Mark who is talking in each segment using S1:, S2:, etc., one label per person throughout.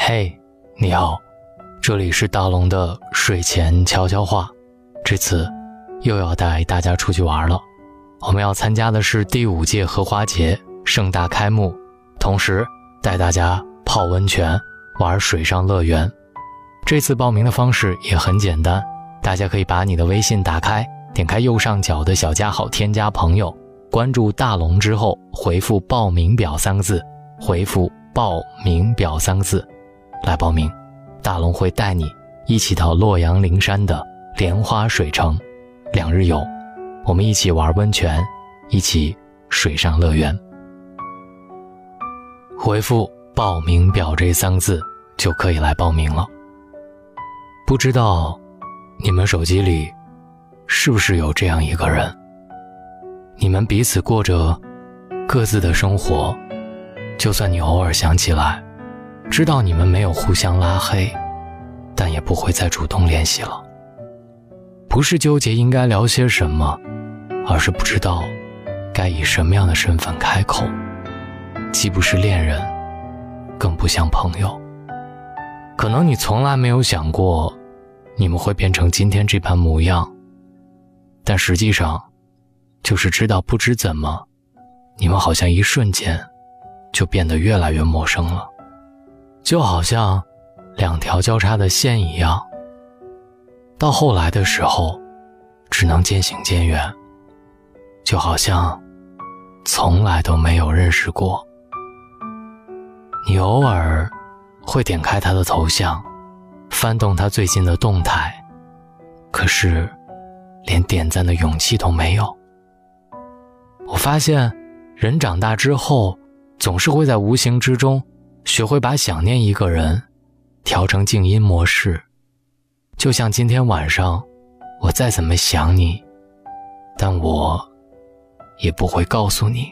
S1: 嘿，你好，这里是大龙的睡前悄悄话。这次又要带大家出去玩了，我们要参加的是第5届荷花节盛大开幕，同时带大家泡温泉，玩水上乐园。这次报名的方式也很简单，大家可以把你的微信打开，点开右上角的小加号，添加朋友，关注大龙之后回复报名表3个字，回复报名表3个字来报名。大龙会带你一起到洛阳灵山的莲花水城2日游，我们一起玩温泉，一起水上乐园。回复报名表这3个字就可以来报名了。不知道你们手机里是不是有这样一个人，你们彼此过着各自的生活，就算你偶尔想起来，知道你们没有互相拉黑，但也不会再主动联系了。不是纠结应该聊些什么，而是不知道该以什么样的身份开口，既不是恋人，更不像朋友。可能你从来没有想过你们会变成今天这般模样，但实际上就是知道不知怎么，你们好像一瞬间就变得越来越陌生了，就好像2条交叉的线一样，到后来的时候只能渐行渐远，就好像从来都没有认识过。你偶尔会点开他的头像，翻动他最近的动态，可是连点赞的勇气都没有。我发现人长大之后，总是会在无形之中学会把想念一个人调成静音模式。就像今天晚上我再怎么想你，但我也不会告诉你。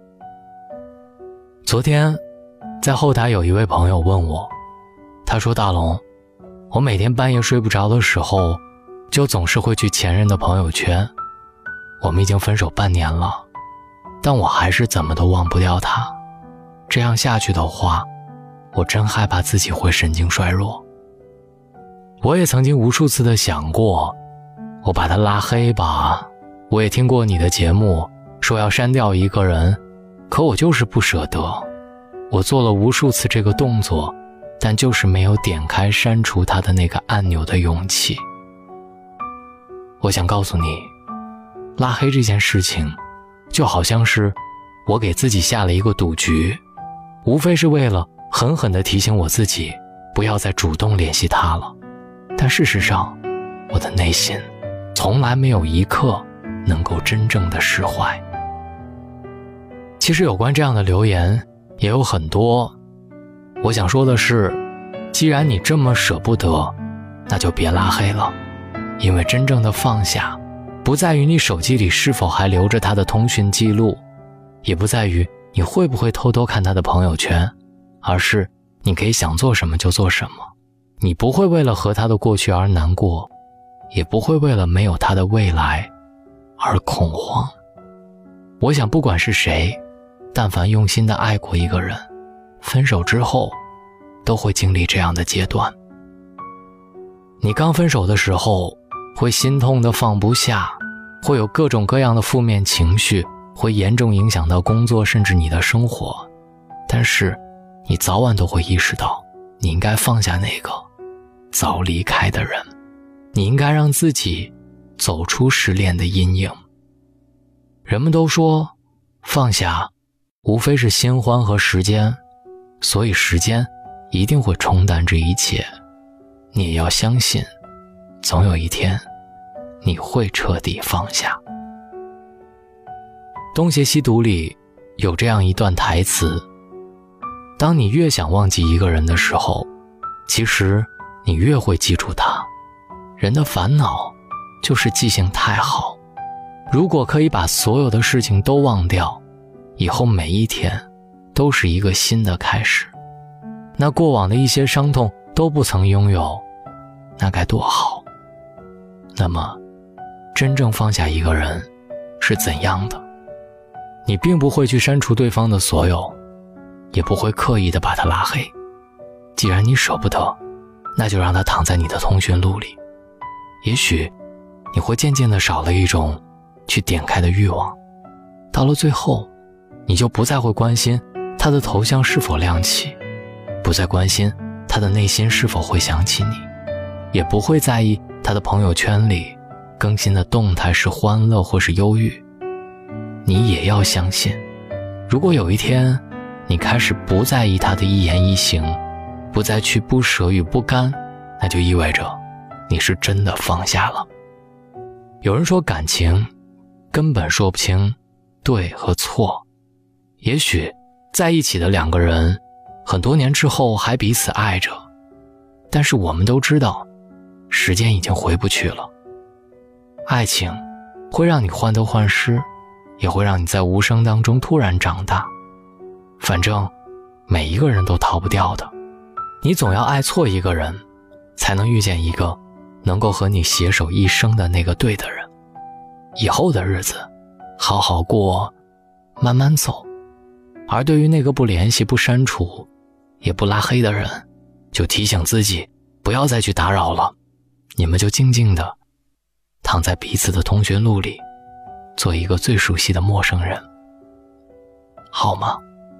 S1: 昨天在后台有一位朋友问我，他说，大龙，我每天半夜睡不着的时候，就总是会去前任的朋友圈，我们已经分手半年了，但我还是怎么都忘不掉他。这样下去的话，我真害怕自己会神经衰弱。我也曾经无数次的想过，我把他拉黑吧。我也听过你的节目说要删掉一个人，可我就是不舍得。我做了无数次这个动作，但就是没有点开删除他的那个按钮的勇气。我想告诉你，拉黑这件事情就好像是我给自己下了一个赌局，无非是为了狠狠地提醒我自己不要再主动联系他了。但事实上，我的内心从来没有一刻能够真正的释怀。其实有关这样的留言也有很多，我想说的是，既然你这么舍不得，那就别拉黑了。因为真正的放下，不在于你手机里是否还留着他的通讯记录，也不在于你会不会偷偷看他的朋友圈，而是你可以想做什么就做什么。你不会为了和他的过去而难过，也不会为了没有他的未来而恐慌。我想不管是谁，但凡用心的爱过一个人，分手之后都会经历这样的阶段。你刚分手的时候会心痛的放不下，会有各种各样的负面情绪，会严重影响到工作甚至你的生活。但是你早晚都会意识到，你应该放下那个早离开的人，你应该让自己走出失恋的阴影。人们都说放下无非是新欢和时间，所以时间一定会冲淡这一切。你也要相信，总有一天你会彻底放下。东邪西毒里有这样一段台词，当你越想忘记一个人的时候，其实你越会记住他。人的烦恼就是记性太好，如果可以把所有的事情都忘掉，以后每一天都是一个新的开始，那过往的一些伤痛都不曾拥有，那该多好。那么真正放下一个人是怎样的？你并不会去删除对方的所有，也不会刻意的把他拉黑， 既然你舍不得，那就让它躺在你的通讯录里。也许你会渐渐地少了一种去点开的欲望，到了最后，你就不再会关心他的头像是否亮起，不再关心他的内心是否会想起你，也不会在意他的朋友圈里更新的动态是欢乐或是忧郁。你也要相信，如果有一天你开始不在意他的一言一行，不再去不舍与不甘，那就意味着你是真的放下了。有人说感情根本说不清对和错，也许在一起的两个人很多年之后还彼此爱着，但是我们都知道时间已经回不去了。爱情会让你患得患失，也会让你在无声当中突然长大，反正每一个人都逃不掉的。你总要爱错一个人，才能遇见一个能够和你携手一生的那个对的人。以后的日子好好过，慢慢走。而对于那个不联系不删除也不拉黑的人，就提醒自己不要再去打扰了，你们就静静地躺在彼此的通讯录里，做一个最熟悉的陌生人，好吗？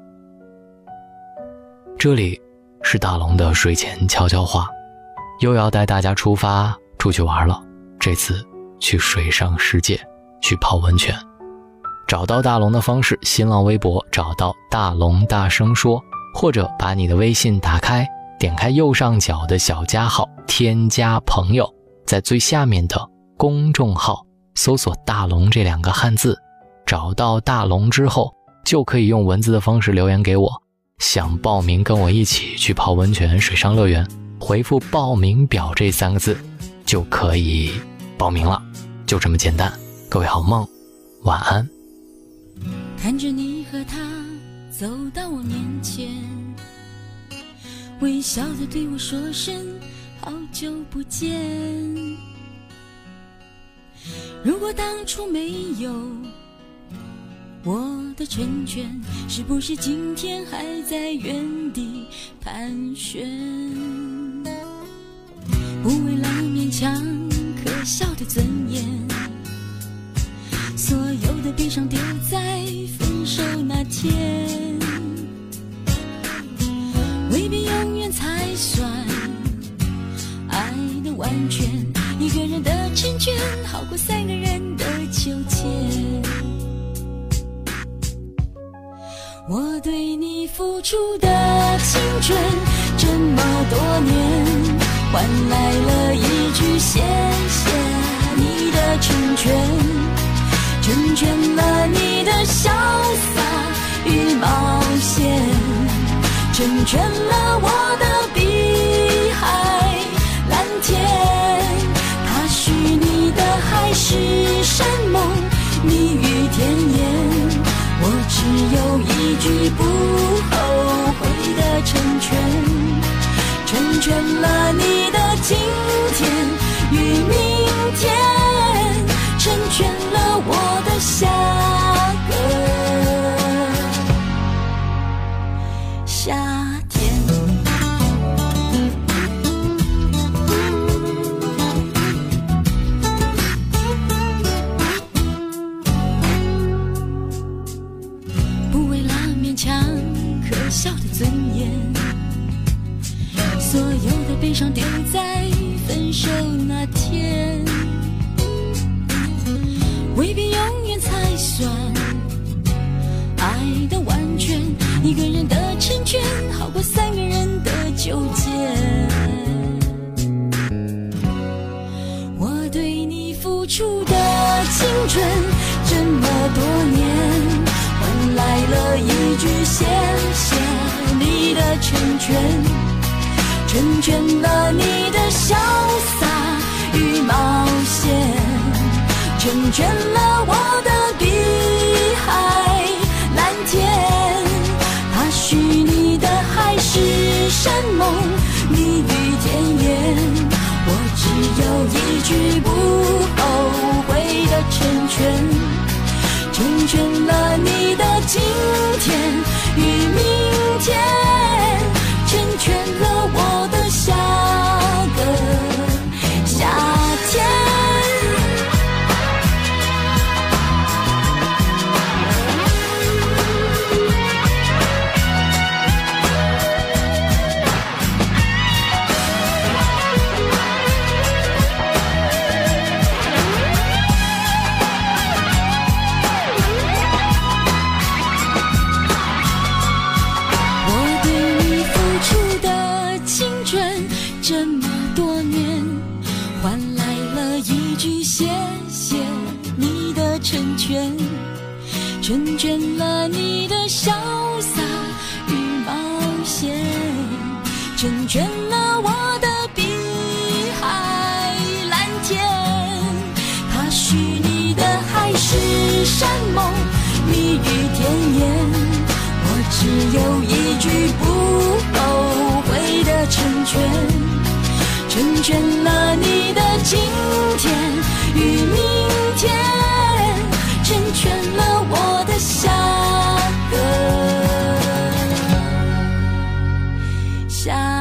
S1: 这里是大龙的睡前悄悄话，又要带大家出去玩了，这次去水上世界，去泡温泉。找到大龙的方式，新浪微博找到大龙大声说，或者把你的微信打开，点开右上角的小加号，添加朋友，在最下面的公众号搜索大龙这2个汉字，找到大龙之后，就可以用文字的方式留言给我，想报名跟我一起去泡温泉水上乐园，回复报名表这3个字就可以报名了，就这么简单。各位好梦，晚安。
S2: 看着你和他走到我面前，微笑地对我说声好久不见。如果当初没有我的成全，是不是今天还在原地盘旋？不为了勉强可笑的尊严，所有的悲伤丢在分手那天，未必永远才算爱的完全，一个人的成全好过3个人的纠结。我对你付出的青春这么多年，换来了一句谢谢你的成全，成全了你的潇洒与冒险，成全了我的碧海蓝天。他许你的海誓山盟，蜜语甜言，我只有一句不后悔的成全，成全了你的今天与明天，成全了我的下个夏天。不为了勉强可笑的尊严，所有的悲伤丢在分手那天，未必永远才算爱的完全，一个人的成全好过3个人的纠结。我对你付出的青春这么多年，换来了一句谢谢你的成全，成全了你的潇洒与冒险，成全了我的碧海蓝天。他许你的海誓山盟，蜜语甜言，我只有一句不后悔的成全，成全了你的今天与明天，成全了全了你的潇洒与冒险，成全了我的碧海蓝天。它许你的海誓山盟，蜜语甜言，我只有一句不后悔的成全，成全了你的今天与明天，成全了我的下个夏